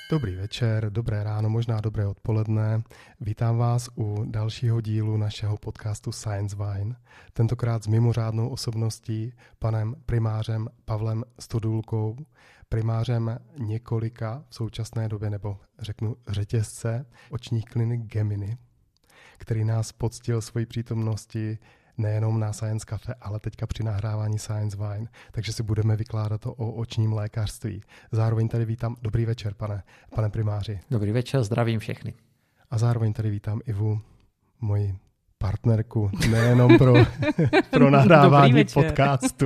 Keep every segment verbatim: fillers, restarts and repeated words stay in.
Dobrý večer, dobré ráno, možná dobré odpoledne. Vítám vás u dalšího dílu našeho podcastu Science Wine. Tentokrát s mimořádnou osobností, panem primářem Pavlem Stodůlkou, primářem několika v současné době, nebo řeknu řetězce, očních klinik Gemini, který nás poctil svojí přítomností nejenom na Science Cafe, ale teďka při nahrávání Science Wine, takže si budeme vykládat o očním lékařství. Zároveň tady vítám, dobrý večer, pane, pane primáři. Dobrý večer, zdravím všechny. A zároveň tady vítám Ivu, moji partnerku, nejenom pro, pro nahrávání podcastu.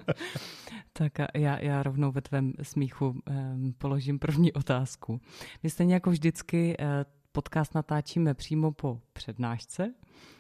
Tak a já, já rovnou ve tvém smíchu um, položím první otázku. My stejně jako vždycky uh, podcast natáčíme přímo po přednášce,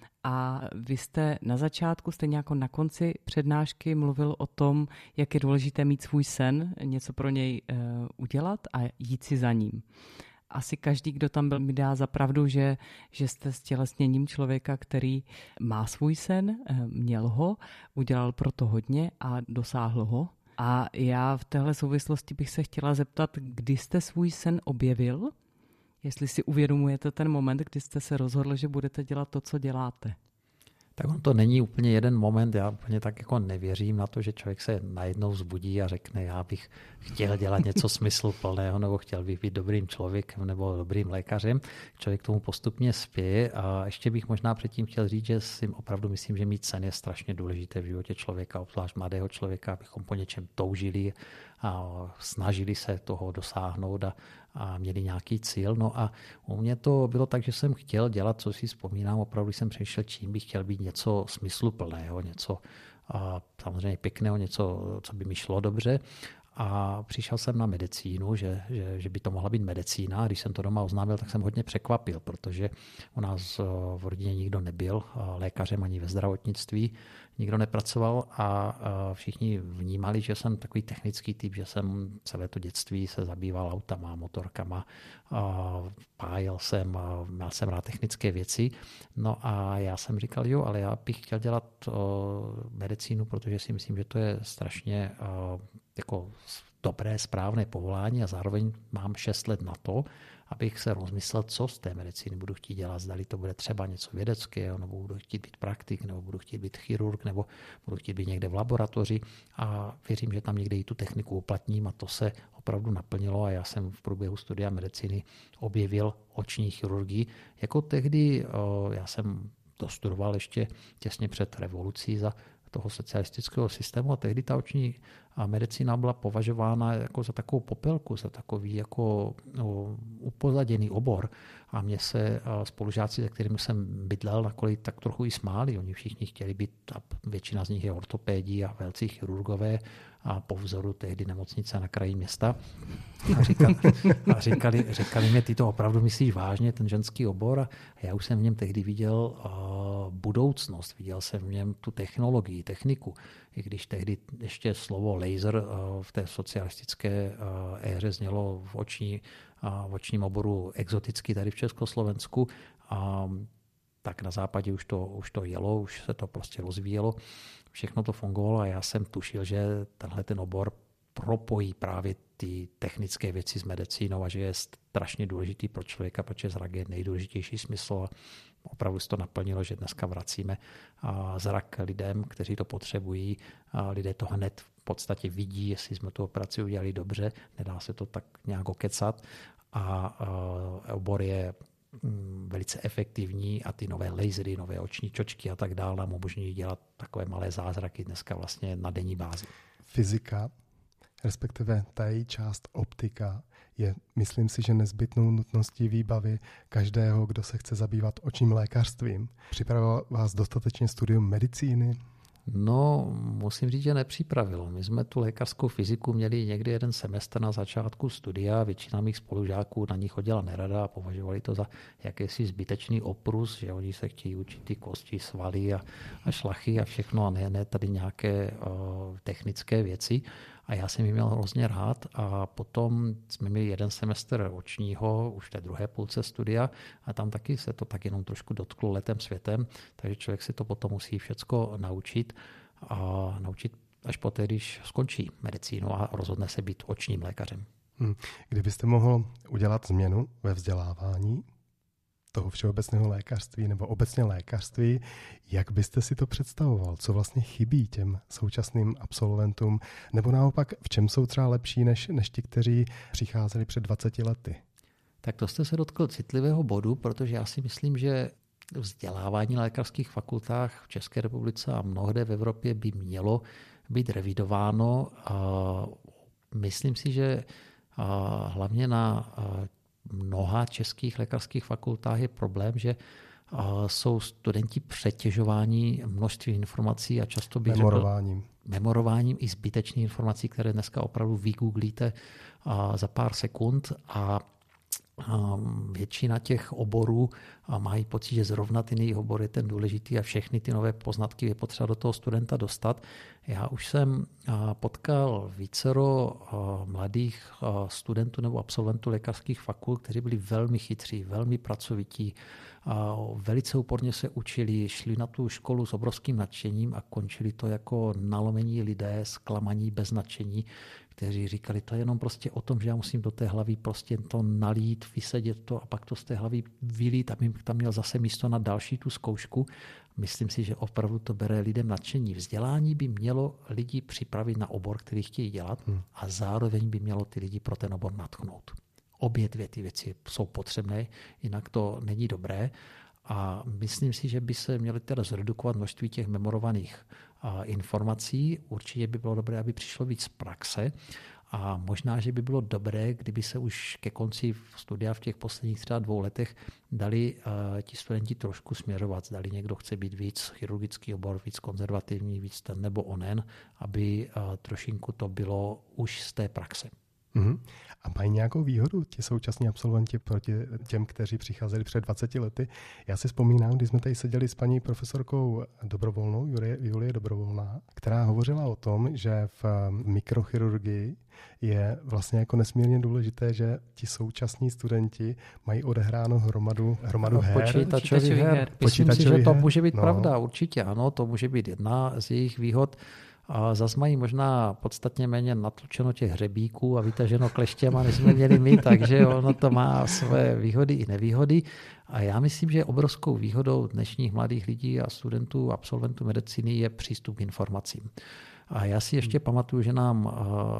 a vy jste na začátku, stejně jako na konci přednášky, mluvil o tom, jak je důležité mít svůj sen, něco pro něj e, udělat a jít si za ním. Asi každý, kdo tam byl, mi dá za pravdu, že, že jste stělesněním člověka, který má svůj sen, e, měl ho, udělal pro to hodně a dosáhl ho. A já v téhle souvislosti bych se chtěla zeptat, kdy jste svůj sen objevil? Jestli si uvědomujete ten moment, kdy jste se rozhodli, že budete dělat to, co děláte. Tak on to není úplně jeden moment. Já úplně tak jako nevěřím na to, že člověk se najednou vzbudí a řekne, já bych chtěl dělat něco smysluplného, nebo chtěl bych být dobrým člověkem nebo dobrým lékařem. Člověk k tomu postupně spěje a ještě bych možná předtím chtěl říct, že si opravdu myslím, že mít sen je strašně důležité v životě člověka, obzvlášť mladého člověka, abychom po něčem toužili a snažili se toho dosáhnout a, a měli nějaký cíl. No a u mě to bylo tak, že jsem chtěl dělat, co si vzpomínám, opravdu jsem přemýšlel, čím bych chtěl být něco smysluplného, něco a samozřejmě pěkného, něco, co by mi šlo dobře. A přišel jsem na medicínu, že, že, že by to mohla být medicína. A když jsem to doma oznámil, tak jsem hodně překvapil, protože u nás v rodině nikdo nebyl lékařem ani ve zdravotnictví, nikdo nepracoval a všichni vnímali, že jsem takový technický typ, že jsem celé to dětství se zabýval autama, motorkama, pájel jsem, měl jsem rád technické věci. No a já jsem říkal, jo, ale já bych chtěl dělat medicínu, protože si myslím, že to je strašně jako dobré, správné povolání a zároveň mám šest let na to, abych se rozmyslel, co z té medicíny budu chtít dělat. Zdali to bude třeba něco vědeckého, nebo budu chtít být praktik, nebo budu chtít být chirurg, nebo budu chtít být někde v laboratoři a věřím, že tam někde i tu techniku uplatním a to se opravdu naplnilo a já jsem v průběhu studia medicíny objevil oční chirurgii. Jako tehdy já jsem dostudoval ještě těsně před revolucí za toho socialistického systému a tehdy ta oční medicína byla považována jako za takovou popelku, za takový jako no, upozaděný obor a mě se spolužáci, se kterými jsem bydlel na koleji, tak trochu i smáli. Oni všichni chtěli být, a většina z nich je ortopédi a velcí chirurgové a po vzoru tehdy nemocnice na kraji města. A říkali, a říkali, říkali mě, ty to opravdu myslíš vážně, ten ženský obor? A já už jsem v něm tehdy viděl uh, budoucnost, viděl jsem v něm tu technologii, techniku. I když tehdy ještě slovo laser uh, v té socialistické uh, éře znělo v, oční, uh, v očním oboru exoticky tady v Československu, uh, tak na západě už to, už to jelo, už se to prostě rozvíjelo. Všechno to fungovalo a já jsem tušil, že tenhle ten obor propojí právě ty technické věci s medicínou a že je strašně důležitý pro člověka, protože zrak je nejdůležitější smysl a opravdu se to naplnilo, že dneska vracíme zrak lidem, kteří to potřebují. Lidé to hned v podstatě vidí, jestli jsme tu operaci udělali dobře, nedá se to tak nějak okecat a obor je velice efektivní a ty nové lasery, nové oční čočky a tak dále nám umožňují dělat takové malé zázraky dneska vlastně na denní bázi. Fyzika, respektive ta její část optika, je, myslím si, že nezbytnou nutností výbavy každého, kdo se chce zabývat očním lékařstvím. Připravil vás dostatečně studium medicíny? No, musím říct, že nepřipravilo. My jsme tu lékařskou fyziku měli někdy jeden semestr na začátku studia, většina mých spolužáků na ní chodila nerada a považovali to za jakýsi zbytečný oprus, že oni se chtějí učit ty kosti, svaly a, a šlachy a všechno a ne, ne tady nějaké uh, technické věci. A já jsem ji měl hrozně rád a potom jsme měli jeden semestr očního, už v té druhé půlce studia a tam taky se to tak jenom trošku dotklo letem světem, takže člověk si to potom musí všecko naučit a naučit až poté, když skončí medicínu a rozhodne se být očním lékařem. Hmm. Kdybyste mohl udělat změnu ve vzdělávání toho všeobecného lékařství nebo obecně lékařství, jak byste si to představoval? Co vlastně chybí těm současným absolventům? Nebo naopak, v čem jsou třeba lepší než, než ti, kteří přicházeli před dvaceti lety? Tak to jste se dotkl citlivého bodu, protože já si myslím, že vzdělávání na lékařských fakultách v České republice a mnohde v Evropě by mělo být revidováno. Myslím si, že hlavně na mnoha českých lékařských fakultách je problém, že jsou studenti přetěžováni množství informací a často bych memorováním. řekl memorováním i zbytečných informací, které dneska opravdu vygooglíte za pár sekund a většina těch oborů mají pocit, že zrovna ten jejich obor je ten důležitý a všechny ty nové poznatky je potřeba do toho studenta dostat. Já už jsem potkal vícero mladých studentů nebo absolventů lékařských fakult, kteří byli velmi chytří, velmi pracovití, velice úporně se učili, šli na tu školu s obrovským nadšením a končili to jako nalomení lidé, zklamaní bez nadšení, kteří říkali, to je jenom prostě o tom, že já musím do té hlavy prostě to nalít, vysedět to a pak to z té hlavy vylít, aby tam měl zase místo na další tu zkoušku. Myslím si, že opravdu to bere lidem nadšení. Vzdělání by mělo lidi připravit na obor, který chtějí dělat hmm. a zároveň by mělo ty lidi pro ten obor nadchnout. Obě dvě ty věci jsou potřebné, jinak to není dobré. A myslím si, že by se měly teda zredukovat množství těch memorovaných informací. Určitě by bylo dobré, aby přišlo víc z praxe. A možná, že by bylo dobré, kdyby se už ke konci studia v těch posledních třeba dvou letech dali uh, ti studenti trošku směrovat. Zdali někdo chce být víc chirurgický obor, víc konzervativní, víc ten nebo onen, aby uh, trošinku to bylo už z té praxe. Mm-hmm. A mají nějakou výhodu ti současní absolventi proti těm, kteří přicházeli před dvaceti lety? Já si vzpomínám, když jsme tady seděli s paní profesorkou Dobrovolnou, Julie, Julie Dobrovolná, která hovořila o tom, že v mikrochirurgii je vlastně jako nesmírně důležité, že ti současní studenti mají odehráno hromadu, hromadu no, her. Počítačových her. her. Myslím si, že to může být no. pravda, určitě ano, to může být jedna z jejich výhod. A zase mají možná podstatně méně natlučeno těch hřebíků a vytaženo kleštěma, než jsme měli my, takže ono to má své výhody i nevýhody. A já myslím, že obrovskou výhodou dnešních mladých lidí a studentů, absolventů medicíny je přístup k informacím. A já si ještě pamatuju, že nám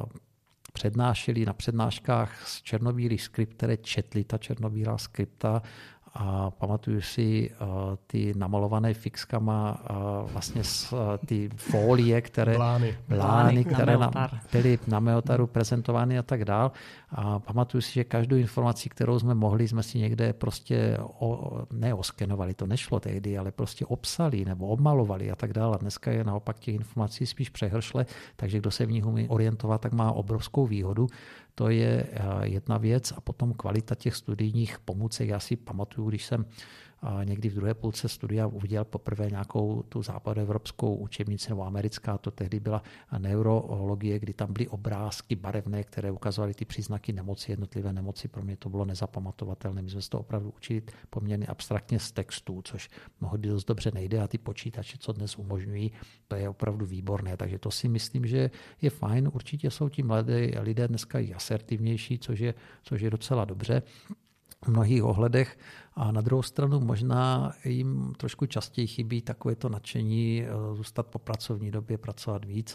přednášeli na přednáškách z černobílých skript, které četli ta černobílá skripta. A pamatuju si uh, ty namalované fixkama, uh, vlastně s, uh, ty folie, které, blány, blány, které na, byly na Meotaru prezentovány a tak dál. A pamatuju si, že každou informaci, kterou jsme mohli, jsme si někde prostě o, neoskenovali, to nešlo tehdy, ale prostě obsali nebo obmalovali a tak dále. A dneska je naopak těch informací spíš přehršle, takže kdo se v nich umí orientovat, tak má obrovskou výhodu. To je jedna věc a potom kvalita těch studijních pomůcek. Já si pamatuju, když jsem někdy v druhé půlce studia uviděl poprvé nějakou tu západoevropskou učebnici nebo americká, to tehdy byla neurologie, kdy tam byly obrázky barevné, které ukazovaly ty příznaky nemoci, jednotlivé nemoci. Pro mě to bylo nezapamatovatelné. My jsme se to opravdu učili poměrně abstraktně z textů, což mnohdy dost dobře nejde a ty počítače, co dnes umožňují, to je opravdu výborné. Takže to si myslím, že je fajn. Určitě jsou ti mladí lidé dneska i asertivnější, což je, což je docela dobře v mnohých ohledech. A na druhou stranu možná jim trošku častěji chybí takové to nadšení zůstat po pracovní době, pracovat víc.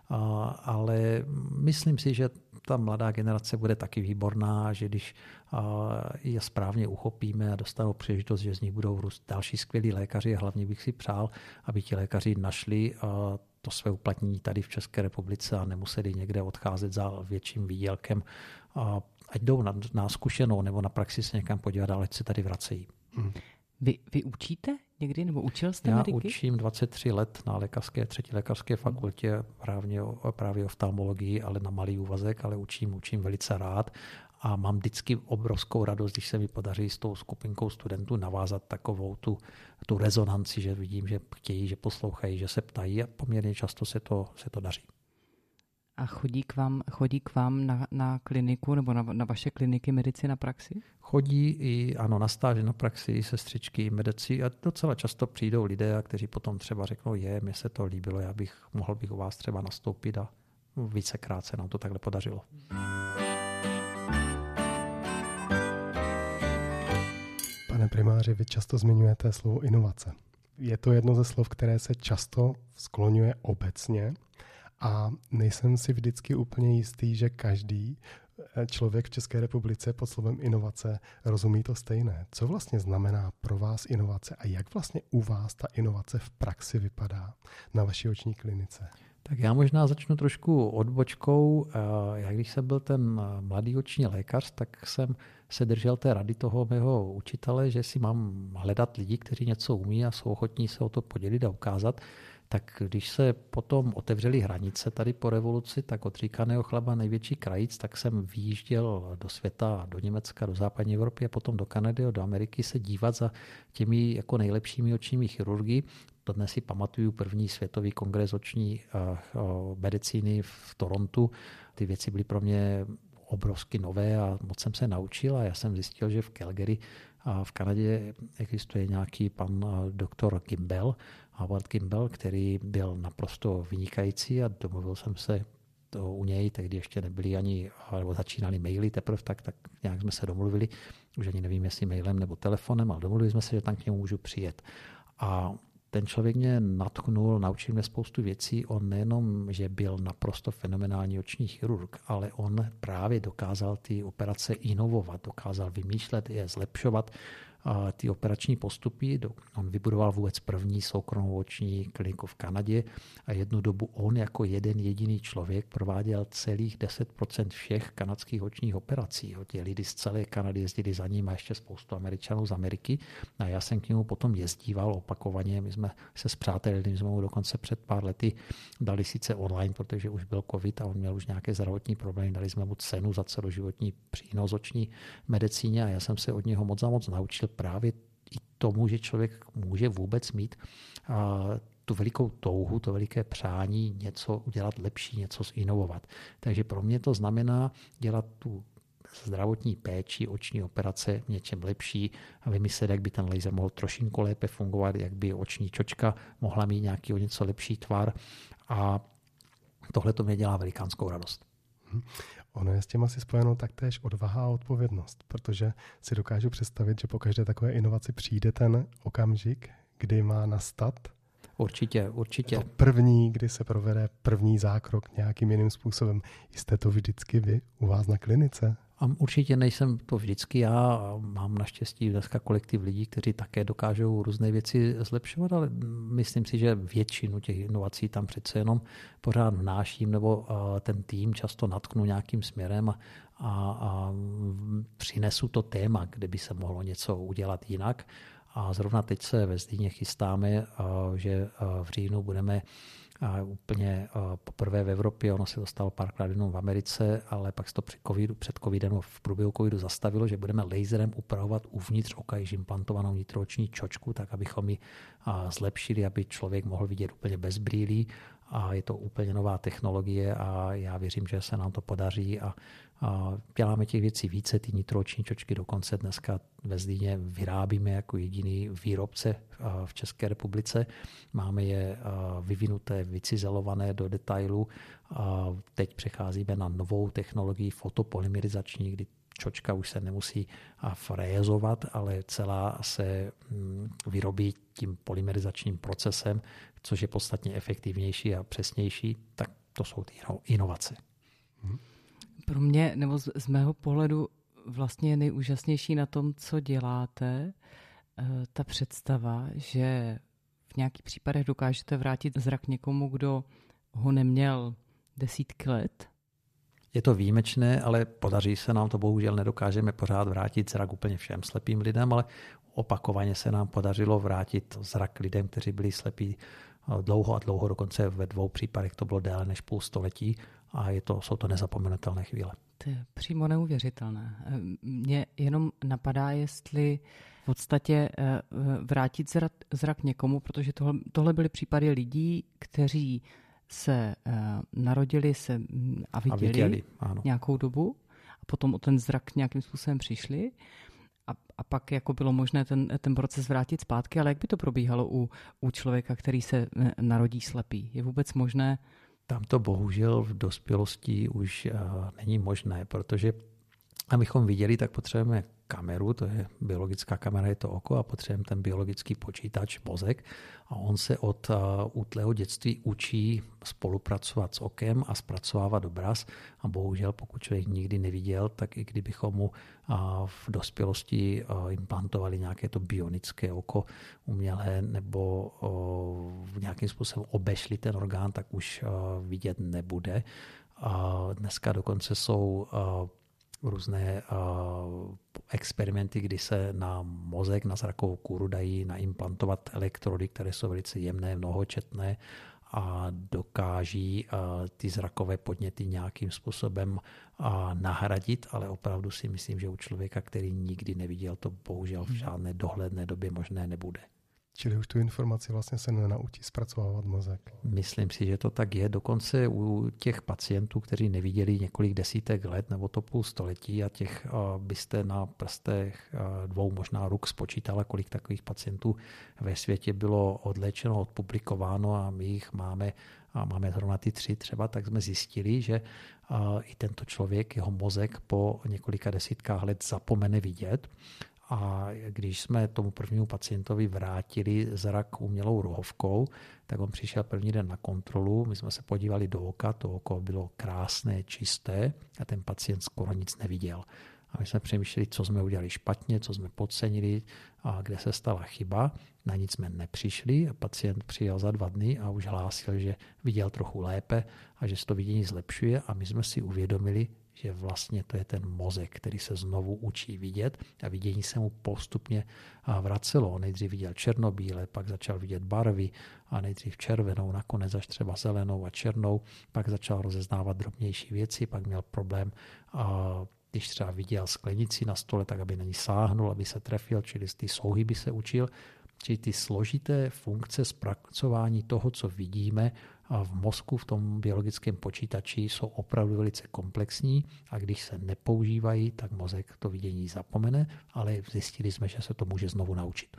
Ale myslím si, že ta mladá generace bude taky výborná, že když je správně uchopíme a dostanou příležitost, že z nich budou růst další skvělí lékaři a hlavně bych si přál, aby ti lékaři našli to své uplatnění tady v České republice a nemuseli někde odcházet za větším výdělkem. Ať jdou na, na zkušenou nebo na praxi se někam podívat, ale ať se tady vracejí. Hmm. Vy, vy učíte někdy nebo učil jste Já mediky? Já učím dvacet tři let na lékařské, třetí lékařské fakultě právě, právě oftalmologii, ale na malý úvazek, ale učím, učím velice rád a mám vždycky obrovskou radost, když se mi podaří s tou skupinkou studentů navázat takovou tu, tu rezonanci, že vidím, že chtějí, že poslouchají, že se ptají a poměrně často se to, se to daří. A chodí k vám, chodí k vám na, na kliniku nebo na, na vaše kliniky medici na praxi? Chodí i ano, na stáže na praxi, sestřičky, medici a docela často přijdou lidé, kteří potom třeba řeknou, je, mně se to líbilo, já bych mohl bych u vás třeba nastoupit a vícekrát se nám to takhle podařilo. Pane primáři, vy často zmiňujete slovo inovace. Je to jedno ze slov, které se často skloňuje obecně a nejsem si vždycky úplně jistý, že každý člověk v České republice pod slovem inovace rozumí to stejné. Co vlastně znamená pro vás inovace a jak vlastně u vás ta inovace v praxi vypadá na vaší oční klinice? Tak já možná začnu trošku odbočkou. Já když jsem byl ten mladý oční lékař, tak jsem se držel té rady toho mého učitele, že si mám hledat lidi, kteří něco umí a jsou ochotní se o to podělit a ukázat. Tak když se potom otevřely hranice tady po revoluci, tak od říkaného chleba největší krajíc, tak jsem vyjížděl do světa, do Německa, do západní Evropy a potom do Kanady a do Ameriky se dívat za těmi jako nejlepšími očními chirurgy. Dnes si pamatuju první světový kongres oční medicíny v Torontu. Ty věci byly pro mě obrovsky nové a moc jsem se naučil a já jsem zjistil, že v Calgary a v Kanadě existuje nějaký pan doktor Kimball, Howard Kimball, který byl naprosto vynikající a domluvil jsem se to u něj, tehdy ještě nebyly ani, nebo začínali maily teprve, tak, tak nějak jsme se domluvili, už ani nevím, jestli mailem nebo telefonem, ale domluvili jsme se, že tam k němu můžu přijet. A ten člověk mě natknul, naučil mě spoustu věcí. On nejenom, že byl naprosto fenomenální oční chirurg, ale on právě dokázal ty operace inovovat, dokázal vymýšlet je, zlepšovat ty operační postupy. On vybudoval vůbec první soukromou oční kliniku v Kanadě a jednu dobu on jako jeden jediný člověk prováděl celých deset procent všech kanadských očních operací. Ti lidi z celé Kanady jezdili za ním a ještě spoustu Američanů z Ameriky. A já jsem k němu potom jezdíval opakovaně. My jsme se spřátelili, my jsme mu dokonce před pár lety dali sice online, protože už byl covid a on měl už nějaké zdravotní problémy. Dali jsme mu cenu za celoživotní přínos oční medicíně a já jsem se od něho moc a moc naučil právě i tomu, že člověk může vůbec mít a, tu velikou touhu, to veliké přání něco udělat lepší, něco zinovovat. Takže pro mě to znamená dělat tu zdravotní péči, oční operace něčem lepší a vymyslet, jak by ten laser mohl trošinku lépe fungovat, jak by oční čočka mohla mít nějaký o něco lepší tvar a tohle to mě dělá velikánskou radost. Ono je s tím asi spojeno taktéž odvaha a odpovědnost, protože si dokážu představit, že po každé takové inovaci přijde ten okamžik, kdy má nastat. Určitě, určitě. To první, kdy se provede první zákrok nějakým jiným způsobem. Jste to vždycky vy u vás na klinice? A určitě nejsem to vždycky já. Mám naštěstí dneska kolektiv lidí, kteří také dokážou různé věci zlepšovat, ale myslím si, že většinu těch inovací tam přece jenom pořád vnáším, nebo ten tým často natknu nějakým směrem a, a, a přinesu to téma, kde by se mohlo něco udělat jinak. A zrovna teď se ve Zlíně chystáme, že v říjnu budeme úplně poprvé v Evropě, ono se to stalo párkrát jenom v Americe, ale pak se to před, covidu, před covidem v průběhu covidu zastavilo, že budeme laserem upravovat uvnitř oka již implantovanou nitrooční čočku, tak abychom ji zlepšili, aby člověk mohl vidět úplně bez brýlí. A je to úplně nová technologie a já věřím, že se nám to podaří a, a děláme těch věcí více. Ty nitrooční čočky dokonce dneska ve Zlíně vyrábíme jako jediný výrobce v České republice. Máme je vyvinuté, vycizelované do detailu. Teď přecházíme na novou technologii fotopolymerizační, kdy čočka už se nemusí frézovat, ale celá se vyrobí tím polymerizačním procesem, což je podstatně efektivnější a přesnější, tak to jsou ty inovace. Pro mě, nebo z, z mého pohledu, vlastně je nejúžasnější na tom, co děláte, ta představa, že v nějakých případech dokážete vrátit zrak někomu, kdo ho neměl desítky let. Je to výjimečné, ale podaří se nám to, bohužel nedokážeme pořád vrátit zrak úplně všem slepým lidem, ale opakovaně se nám podařilo vrátit zrak lidem, kteří byli slepí dlouho a dlouho, dokonce ve dvou případech to bylo déle než půl století a je to, jsou to nezapomenutelné chvíle. To je přímo neuvěřitelné. Mně jenom napadá, jestli v podstatě vrátit zrak, zrak někomu, protože tohle, tohle byly případy lidí, kteří se uh, narodili se a viděli, a viděli nějakou dobu a potom o ten zrak nějakým způsobem přišli a, a pak jako bylo možné ten, ten proces vrátit zpátky, ale jak by to probíhalo u, u člověka, který se narodí slepý? Je vůbec možné? Tam to bohužel v dospělosti už uh, není možné, protože abychom viděli, tak potřebujeme kameru, to je biologická kamera, je to oko a potřebujeme ten biologický počítač, mozek a on se od útlého dětství učí spolupracovat s okem a zpracovávat obraz a bohužel pokud člověk nikdy neviděl, tak i kdybychom mu v dospělosti implantovali nějaké to bionické oko umělé nebo v nějakým způsobem obešli ten orgán, tak už vidět nebude. Dneska dokonce jsou různé uh, experimenty, kdy se na mozek, na zrakovou kůru dají naimplantovat elektrody, které jsou velice jemné, mnohočetné a dokáží uh, ty zrakové podněty nějakým způsobem uh, nahradit, ale opravdu si myslím, že u člověka, který nikdy neviděl, to bohužel v žádné dohledné době možné nebude. Čili už tu informaci vlastně se nenaučí zpracovávat mozek. Myslím si, že to tak je. Dokonce u těch pacientů, kteří neviděli několik desítek let nebo to půl století a těch byste na prstech dvou možná ruk spočítala, kolik takových pacientů ve světě bylo odléčeno, odpublikováno a my jich máme a máme zrovna ty tři třeba, tak jsme zjistili, že i tento člověk, jeho mozek po několika desítkách let zapomene vidět. A když jsme tomu prvnímu pacientovi vrátili zrak umělou rohovkou, tak on přišel první den na kontrolu, my jsme se podívali do oka, to oko bylo krásné, čisté a ten pacient skoro nic neviděl. A my jsme přemýšleli, co jsme udělali špatně, co jsme podcenili a kde se stala chyba. Na nic jsme nepřišli a pacient přijel za dva dny a už hlásil, že viděl trochu lépe a že se to vidění zlepšuje a my jsme si uvědomili, že vlastně to je ten mozek, který se znovu učí vidět a vidění se mu postupně vracelo. On nejdřív viděl černobíle, pak začal vidět barvy a nejdřív červenou, nakonec až třeba zelenou a černou, pak začal rozeznávat drobnější věci, pak měl problém, když třeba viděl sklenici na stole, tak aby na ní sáhnul, aby se trefil, čili z ty souhyby se učil. Čili ty složité funkce zpracování toho, co vidíme v mozku, v tom biologickém počítači, jsou opravdu velice komplexní a když se nepoužívají, tak mozek to vidění zapomene, ale zjistili jsme, že se to může znovu naučit.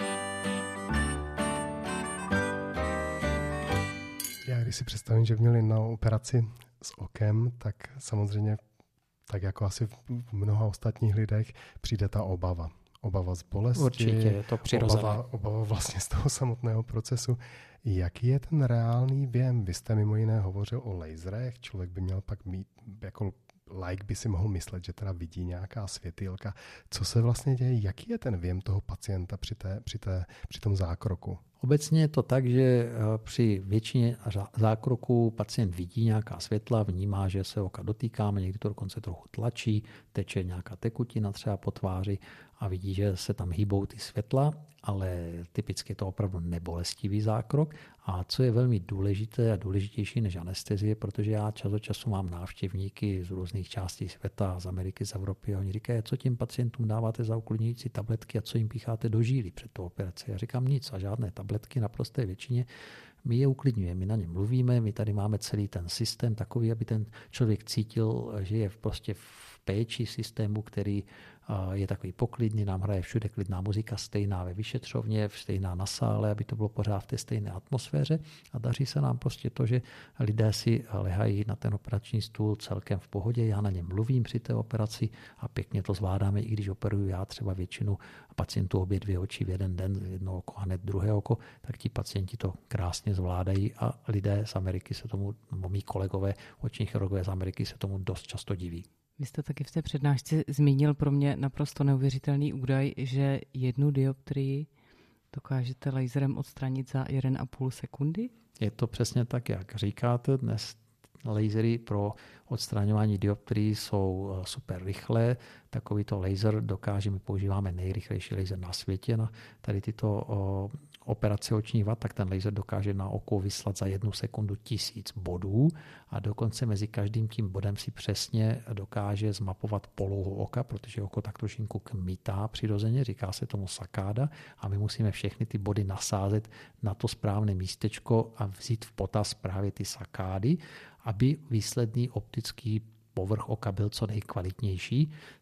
Já když si představím, že měli na operaci s okem, tak samozřejmě, tak jako asi v mnoha ostatních lidech, přijde ta obava. Obava z bolesti, určitě, je to přirozené. Obava, obava vlastně z toho samotného procesu. Jaký je ten reálný věm? Vy jste mimo jiné hovořil o laserech, člověk by měl pak mít, jako like by si mohl myslet, že teda vidí nějaká světýlka. Co se vlastně děje? Jaký je ten věm toho pacienta při, té, při, té, při tom zákroku? Obecně je to tak, že při většině zákroků pacient vidí nějaká světla, vnímá, že se oka dotýkáme, někdy to dokonce trochu tlačí, teče nějaká tekutina třeba po tváři a vidí, že se tam hýbou ty světla, ale typicky je to opravdu nebolestivý zákrok. A co je velmi důležité a důležitější než anestezie, protože já čas od času mám návštěvníky z různých částí světa, z Ameriky, z Evropy, a oni říkají, co těm pacientům dáváte za uklidňující tabletky a co jim pícháte do žíly před tou operací. Já říkám nic a žádné tabletky, naprosté většině. My je uklidňujeme, my na ně mluvíme, my tady máme celý ten systém takový, aby ten člověk cítil, že je prostě v péči systému, který je takový poklidný, nám hraje všude klidná muzika, stejná ve vyšetřovně, stejná na sále, aby to bylo pořád v té stejné atmosféře a daří se nám prostě to, že lidé si lehají na ten operační stůl celkem v pohodě, já na něm mluvím při té operaci a pěkně to zvládáme, i když operuju já třeba většinu pacientů obě dvě oči v jeden den, jedno oko a hned druhé oko, tak ti pacienti to krásně zvládají a lidé z Ameriky se tomu, mý kolegové, oční chirurgové z Ameriky se tomu dost často diví. Vy jste taky v té přednášce zmínil pro mě naprosto neuvěřitelný údaj, že jednu dioptrii dokážete laserem odstranit za jedna a půl sekundy? Je to přesně tak, jak říkáte. Dnes lasery pro odstraňování dioptrií jsou super rychlé. Takovýto laser dokáže, my používáme nejrychlejší laser na světě na tady tyto o, operace očních vad, tak ten laser dokáže na oko vyslat za jednu sekundu tisíc bodů a dokonce mezi každým tím bodem si přesně dokáže zmapovat polohu oka, protože oko tak trošinku kmitá přirozeně, říká se tomu sakáda a my musíme všechny ty body nasázet na to správné místečko a vzít v potaz právě ty sakády, aby výsledný optický povrch oka byl co nejkvalitnější.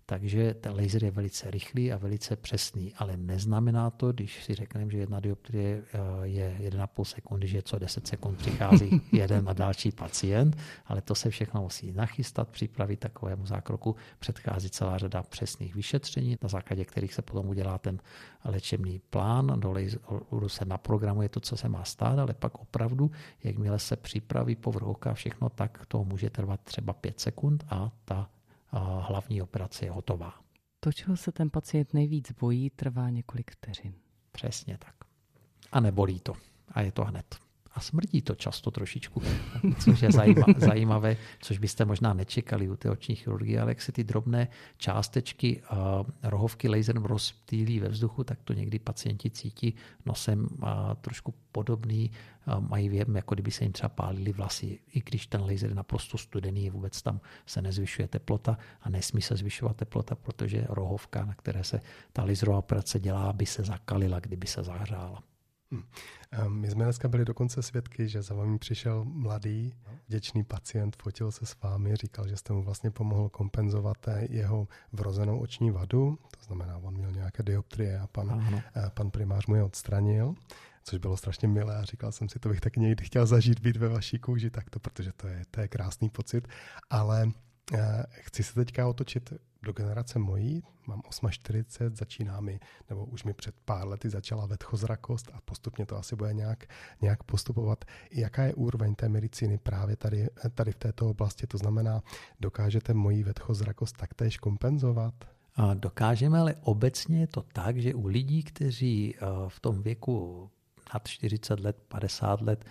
Takže ten laser je velice rychlý a velice přesný, ale neznamená to, když si řekneme, že jedna dioptrie je jedna a půl sekundy, že co deset sekund přichází jeden a další pacient, ale to se všechno musí nachystat, připravit takovému zákroku, předchází celá řada přesných vyšetření, na základě kterých se potom udělá ten léčebný plán, do laseru se naprogramuje to, co se má stát, ale pak opravdu, jakmile se připraví povrch oka všechno, tak to může trvat třeba pět sekund a ta a hlavní operace je hotová. To, čeho se ten pacient nejvíc bojí, trvá několik vteřin. Přesně tak. A nebolí to. A je to hned. A smrdí to často trošičku, což je zajímavé, což byste možná nečekali u té oční chirurgie, ale jak se ty drobné částečky rohovky laserem rozptýlí ve vzduchu, tak to někdy pacienti cítí nosem trošku podobný, mají věm, jako kdyby se jim třeba pálily vlasy, i když ten laser je naprosto studený, vůbec tam se nezvyšuje teplota a nesmí se zvyšovat teplota, protože rohovka, na které se ta laserová operace dělá, by se zakalila, kdyby se zahřála. Hmm. My jsme dneska byli dokonce svědky, že za vámi přišel mladý, vděčný pacient, fotil se s vámi, říkal, že jste mu vlastně pomohl kompenzovat jeho vrozenou oční vadu, to znamená, on měl nějaké dioptrie a pan, pan primář mu je odstranil, což bylo strašně milé a říkal jsem si, to bych taky někdy chtěl zažít, být ve vaší kůži takto, protože to je, to je krásný pocit, ale eh, chci se teďka otočit do generace mojí, mám čtyřicet osm, začíná mi, nebo už mi před pár lety začala vetchozrakost a postupně to asi bude nějak, nějak postupovat. Jaká je úroveň té medicíny právě tady, tady v této oblasti? To znamená, dokážete moji vetchozrakost taktéž kompenzovat? Dokážeme, ale obecně je to tak, že u lidí, kteří v tom věku nad čtyřicet let, padesát let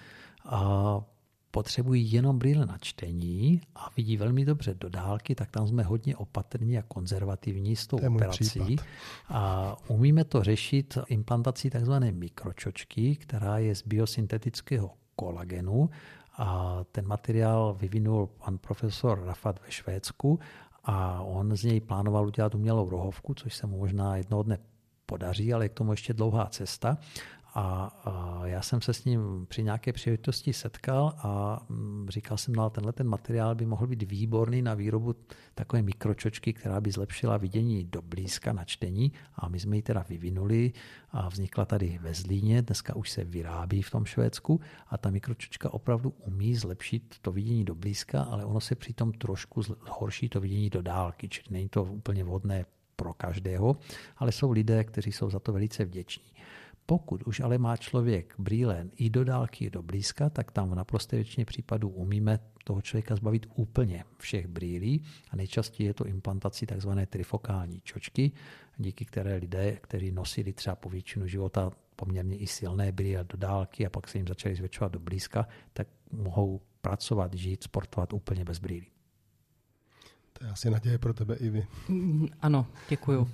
potřebují jenom brýle na čtení a vidí velmi dobře do dálky, tak tam jsme hodně opatrní a konzervativní s tou operací. A umíme to řešit implantací takzvané mikročočky, která je z biosyntetického kolagenu. A ten materiál vyvinul pan profesor Rafat ve Švédsku a on z něj plánoval udělat umělou rohovku, což se mu možná jednoho dne podaří, ale je k tomu ještě dlouhá cesta. A, a já jsem se s ním při nějaké příležitosti setkal a říkal jsem, no, tenhle ten materiál by mohl být výborný na výrobu takové mikročočky, která by zlepšila vidění do blízka na čtení. A my jsme ji teda vyvinuli a vznikla tady ve Zlíně, dneska už se vyrábí v tom Švédsku a ta mikročočka opravdu umí zlepšit to vidění do blízka, ale ono se přitom trošku zhorší to vidění do dálky, čili není to úplně vhodné pro každého, ale jsou lidé, kteří jsou za to velice vděční. Pokud už ale má člověk brýle i do dálky, i do blízka, tak tam v naprosté většině případů umíme toho člověka zbavit úplně všech brýlí a nejčastěji je to implantací tzv. Trifokální čočky, díky které lidé, kteří nosili třeba po většinu života poměrně i silné brýle do dálky a pak se jim začali zvětšovat do blízka, tak mohou pracovat, žít, sportovat úplně bez brýlí. To je asi naděje pro tebe i vy. Ano, děkuju.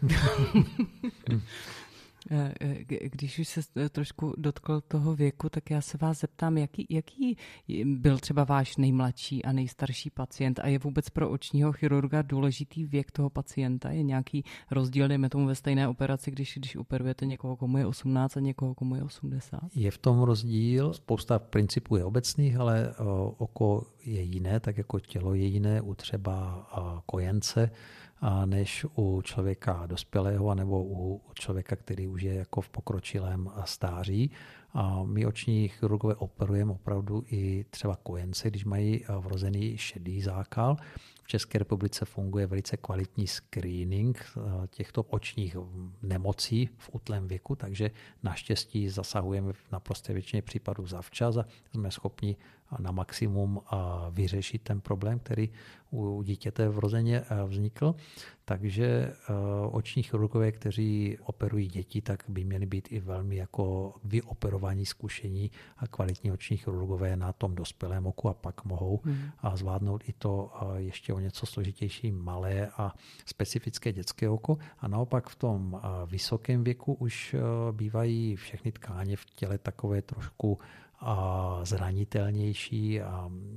Když už se trošku dotkl toho věku, tak já se vás zeptám, jaký, jaký byl třeba váš nejmladší a nejstarší pacient a je vůbec pro očního chirurga důležitý věk toho pacienta? Je nějaký rozdíl, dejme tomu ve stejné operaci, když, když operujete někoho, komu je osmnáct a někoho, komu je osmdesát? Je v tom rozdíl, spousta principů je obecných, ale oko je jiné, tak jako tělo je jiné u třeba kojence, než u člověka dospělého nebo u člověka, který už je jako v pokročilém stáří. A my oční chirurgové operujeme opravdu i třeba kojence, když mají vrozený šedý zákal. V České republice funguje velice kvalitní screening těchto očních nemocí v útlém věku, takže naštěstí zasahujeme v naprosté většině případů zavčas a jsme schopni na maximum vyřešit ten problém, který u dítěte vrozeně vznikl. Takže oční chirurgové, kteří operují děti, tak by měli být i velmi jako vyoperovaní, zkušení a kvalitní oční chirurgové na tom dospělém oku a pak mohou hmm. zvládnout i to ještě o něco složitější malé a specifické dětské oko. A naopak v tom vysokém věku už bývají všechny tkáně v těle takové trošku zranitelnější a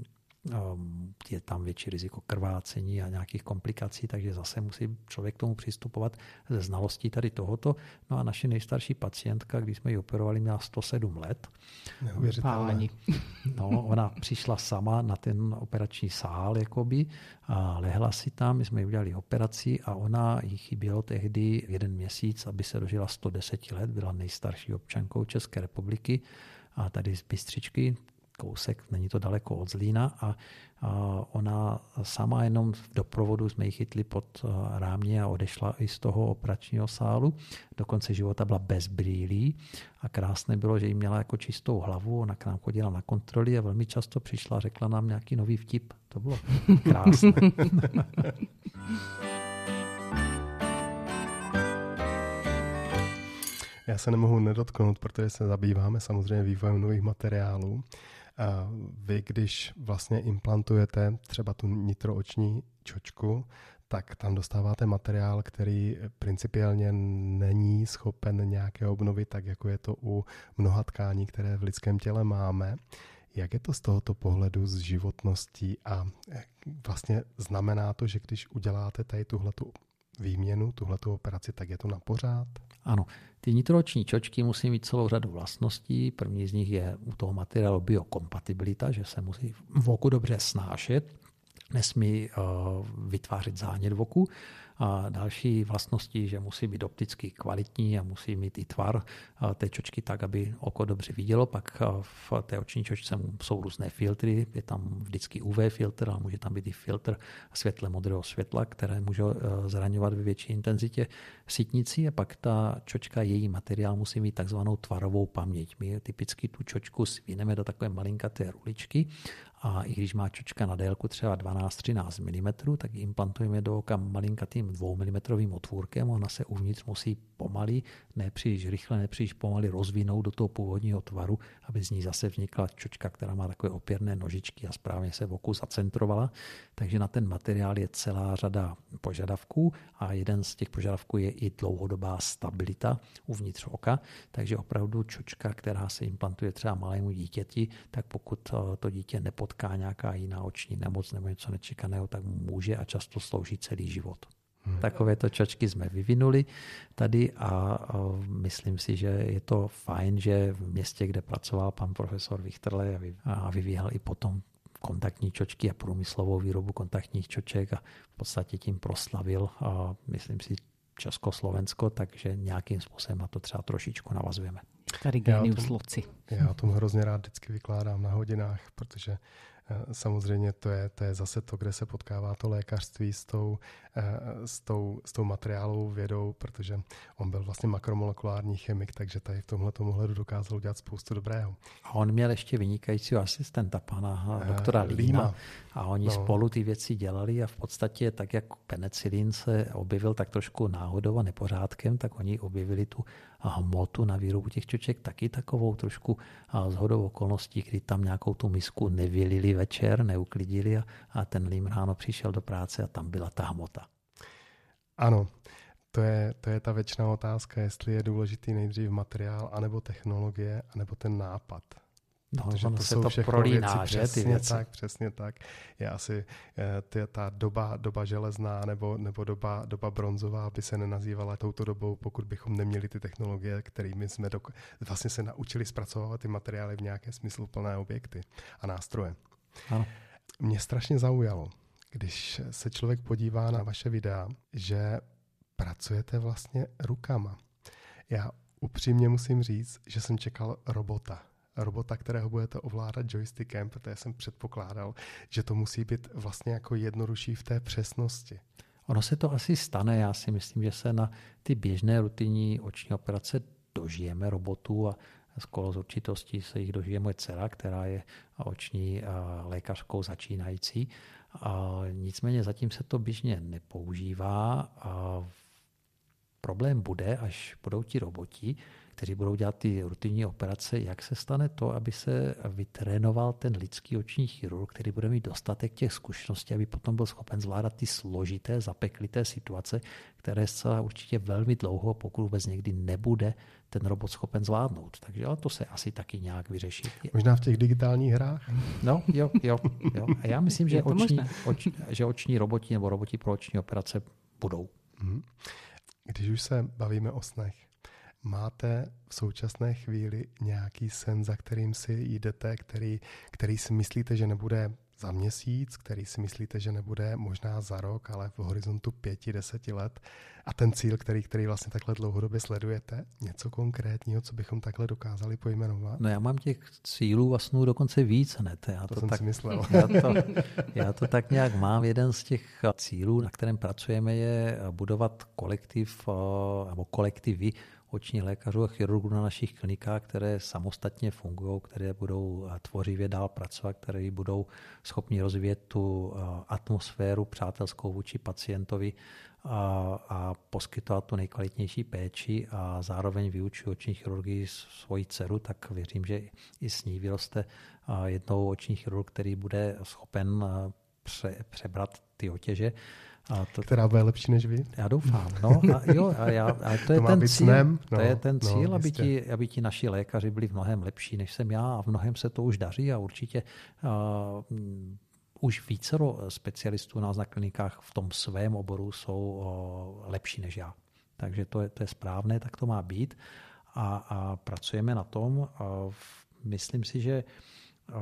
je tam větší riziko krvácení a nějakých komplikací, takže zase musí člověk k tomu přistupovat ze znalostí tady tohoto. No a naše nejstarší pacientka, když jsme ji operovali, měla sto sedm let. Neuvěřitelné. No, ona přišla sama na ten operační sál, jakoby, a lehla si tam, my jsme jí udělali operaci a ona, jí chybělo tehdy jeden měsíc, aby se dožila sto deset let, byla nejstarší občankou České republiky a tady z Bystřičky, kousek, není to daleko od Zlína a, a ona sama jenom v doprovodu jsme ji chytli pod rámě a odešla i z toho operačního sálu. Do konce života byla bez brýlí a krásné bylo, že jí měla jako čistou hlavu, ona k nám chodila na kontroly a velmi často přišla a řekla nám nějaký nový vtip. To bylo krásné. Já se nemohu nedotknout, protože se zabýváme samozřejmě vývojem nových materiálů. A vy, když vlastně implantujete třeba tu nitrooční čočku, tak tam dostáváte materiál, který principiálně není schopen nějaké obnovy, tak jako je to u mnoha tkání, které v lidském těle máme. Jak je to z tohoto pohledu s životností a vlastně znamená to, že když uděláte tady tuhletu výměnu, tuhletu operaci, tak je to na pořád? Ano, ty nitrooční čočky musí mít celou řadu vlastností. První z nich je u toho materiálu biokompatibilita, že se musí v oku dobře snášet, nesmí uh, vytvářet zánět v oku. A další vlastnosti, že musí být opticky kvalitní a musí mít i tvar té čočky tak, aby oko dobře vidělo. Pak v té oční čočce jsou různé filtry, je tam vždycky U V filtr, ale může tam být i filtr světle modrého světla, které může zraňovat ve větší intenzitě sítnici. A pak ta čočka, její materiál musí mít takzvanou tvarovou paměť. My typicky tu čočku svineme do takové malinkaté ruličky a i když má čočka na délku třeba dvanáct až třináct milimetrů, tak ji implantujeme do oka malinkatým dvoumilimetrovým otvůrkem. Ona se uvnitř musí pomalý, ne příliš rychle, ne příliš pomalý rozvinout do toho původního tvaru, aby z ní zase vznikla čočka, která má takové opěrné nožičky a správně se v oku zacentrovala. Takže na ten materiál je celá řada požadavků a jeden z těch požadavků je i dlouhodobá stabilita uvnitř oka. Takže opravdu čočka, která se implantuje třeba malému dítěti, tak pokud to dítě nepotká nějaká jiná oční nemoc nebo něco nečekaného, tak může a často slouží celý život. Hmm. Takovéto čočky jsme vyvinuli tady a, a myslím si, že je to fajn, že v městě, kde pracoval pan profesor Vichterle a vyvíjel i potom kontaktní čočky a průmyslovou výrobu kontaktních čoček a v podstatě tím proslavil, a myslím si, Československo, takže nějakým způsobem na to třeba trošičku navazujeme. Tady genius loci. Já o tom hrozně rád vždycky vykládám na hodinách, protože samozřejmě to je, to je zase to, kde se potkává to lékařství s tou, s tou, s tou materiálovou vědou, protože on byl vlastně makromolekulární chemik, takže tady v tomhle ohledu dokázal udělat spoustu dobrého. A on měl ještě vynikajícího asistenta, pana doktora Líma. A oni no. spolu ty věci dělali a v podstatě tak, jak penicilin se objevil tak trošku náhodou a nepořádkem, tak oni objevili tu hmotu na výrobu těch čoček taky takovou trošku shodou okolností, kdy tam nějakou tu misku nevylili večer, neuklidili a, a ten Lím ráno přišel do práce a tam byla ta hmota. Ano, to je, to je ta věčná otázka, jestli je důležitý nejdřív materiál, anebo technologie, anebo ten nápad. No, protože to se to prolíná, věci, že, ty přesně věci. tak, přesně tak. Je asi ty, ta doba, doba železná nebo, nebo doba, doba bronzová by se nenazývala touto dobou, pokud bychom neměli ty technologie, kterými jsme dok- vlastně se naučili zpracovávat ty materiály v nějaké smysluplné objekty a nástroje. Ano. Mě strašně zaujalo, když se člověk podívá na vaše videa, že pracujete vlastně rukama. Já upřímně musím říct, že jsem čekal robota. Robota, kterého budete ovládat joystickem, protože jsem předpokládal, že to musí být vlastně jako jednodušší v té přesnosti. Ono se to asi stane, já si myslím, že se na ty běžné rutinní oční operace dožijeme robotů a skoro z určitostí se jich dožije moje dcera, která je oční lékařkou začínající. A nicméně zatím se to běžně nepoužívá. A problém bude, až budou ti roboti, kteří budou dělat ty rutinní operace, jak se stane to, aby se vytrénoval ten lidský oční chirurg, který bude mít dostatek těch zkušeností, aby potom byl schopen zvládat ty složité, zapeklité situace, které zcela určitě velmi dlouho, pokud vůbec někdy nebude ten robot schopen zvládnout. Takže ale to se asi taky nějak vyřeší. Možná v těch digitálních hrách? No, jo, jo, jo. A já myslím, že oční, oč, že oční roboti nebo roboti pro oční operace budou. Když už se bavíme o snech, máte v současné chvíli nějaký sen, za kterým si jdete, který, který si myslíte, že nebude za měsíc, který si myslíte, že nebude možná za rok, ale v horizontu pěti, deseti let? A ten cíl, který, který vlastně takhle dlouhodobě sledujete, něco konkrétního, co bychom takhle dokázali pojmenovat? No já mám těch cílů a snů dokonce víc hned. Já to, to jsem tak, si myslel. Já to, já to tak nějak mám. Jeden z těch cílů, na kterém pracujeme, je budovat kolektiv nebo kolektivy očních lékařů a chirurgů na našich klinikách, které samostatně fungují, které budou tvořivě dál pracovat, které budou schopni rozvíjet tu atmosféru přátelskou vůči pacientovi a, a poskytovat tu nejkvalitnější péči a zároveň vyučují oční chirurgii svoji dceru, tak věřím, že i s ní vyroste jednou oční chirurg, který bude schopen pře, přebrat ty otěže. A to, která bude lepší než vy? Já doufám. No, a jo, a já, a to je to ten cíl, snem? No, to je ten cíl, no, aby, ti, aby ti naši lékaři byli v mnohem lepší, než jsem já, a v mnohem se to už daří a určitě uh, už vícero specialistů nás na klinikách v tom svém oboru jsou uh, lepší než já. Takže to je, to je správné, tak to má být a, a pracujeme na tom. Uh, myslím si, že uh,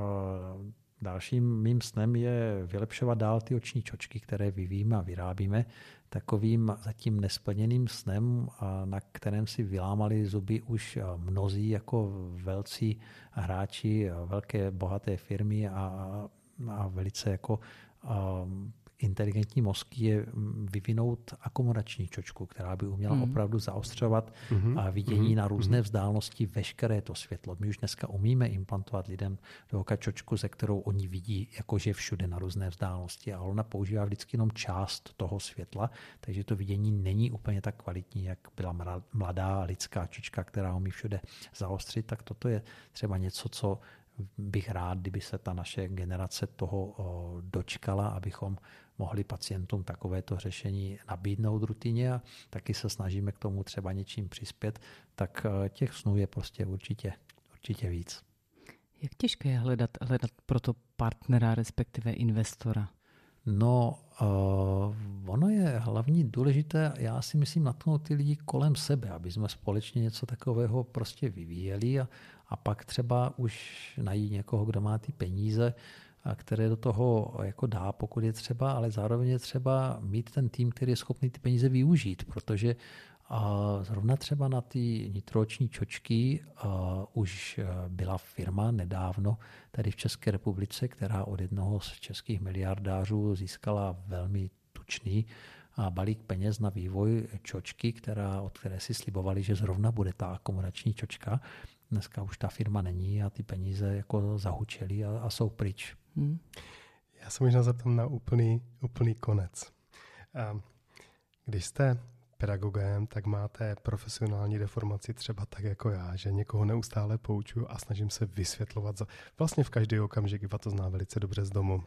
dalším mým snem je vylepšovat dál ty oční čočky, které vyvíjíme a vyrábíme. Takovým zatím nesplněným snem, na kterém si vylámali zuby už mnozí jako velcí hráči, velké bohaté firmy a, a velice jako um, inteligentní mozky, je vyvinout akomodační čočku, která by uměla mm. opravdu zaostřovat mm-hmm. vidění mm-hmm. na různé vzdálenosti, veškeré to světlo. My už dneska umíme implantovat lidem do oka čočku, ze kterou oni vidí jakože všude na různé vzdálenosti, ale ona používá vždycky jenom část toho světla, takže to vidění není úplně tak kvalitní, jak byla mladá lidská čočka, která umí všude zaostřit. Tak toto je třeba něco, co bych rád, kdyby se ta naše generace toho dočkala, abychom mohli pacientům takovéto řešení nabídnout rutině, a taky se snažíme k tomu třeba něčím přispět, tak těch snů je prostě určitě, určitě víc. Jak těžké je hledat, hledat proto partnera, respektive investora? No, uh, ono je hlavně důležité, já si myslím, natknout ty lidi kolem sebe, aby jsme společně něco takového prostě vyvíjeli a, a pak třeba už najít někoho, kdo má ty peníze, a které do toho jako dá, pokud je třeba, ale zároveň je třeba mít ten tým, který je schopný ty peníze využít, protože a zrovna třeba na ty nitrooční čočky uh, už byla firma nedávno tady v České republice, která od jednoho z českých miliardářů získala velmi tučný uh, balík peněz na vývoj čočky, která, od které si slibovali, že zrovna bude ta akomodační čočka. Dneska už ta firma není a ty peníze jako zahučely a, a jsou pryč. Hmm. Já se možná zeptám na úplný, úplný konec. Um, když jste pedagogem, tak máte profesionální deformaci třeba tak jako já, že někoho neustále poučuju a snažím se vysvětlovat za, vlastně v každý okamžik, Iva to zná velice dobře z domu.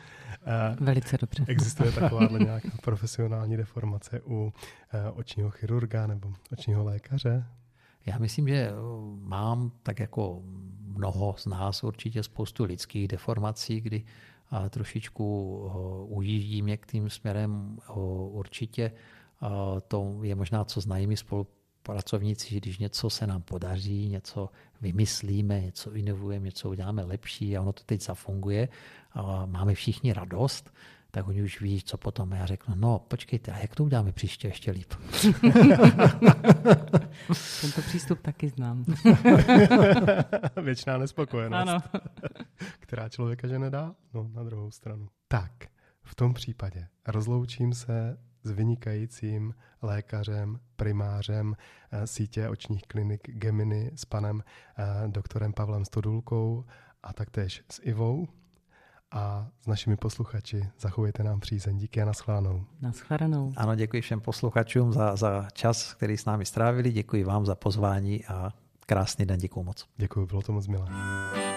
Velice dobře. Existuje takováhle nějaká profesionální deformace u očního chirurga nebo očního lékaře? Já myslím, že mám tak jako mnoho z nás určitě spoustu lidských deformací, kdy trošičku ujíždím některým směrem určitě. To je možná, co znají mi spolupracovníci, že když něco se nám podaří, něco vymyslíme, něco inovujeme, něco uděláme lepší a ono to teď zafunguje a máme všichni radost, tak oni už ví, co potom. A já řeknu, no počkejte, a jak to uděláme příště ještě líp? Tento přístup taky znám. Věčná nespokojenost. Ano. Která člověka že nedá? No, na druhou stranu. Tak, v tom případě rozloučím se s vynikajícím lékařem, primářem sítě očních klinik Gemini, s panem doktorem Pavlem Stodulkou a taktéž s Ivou. a s našimi posluchači. Zachovejte nám přízeň. Díky a naschledanou. Naschledanou. Ano, děkuji všem posluchačům za, za čas, který s námi strávili. Děkuji vám za pozvání a krásný den. Děkuji moc. Děkuji, bylo to moc milé.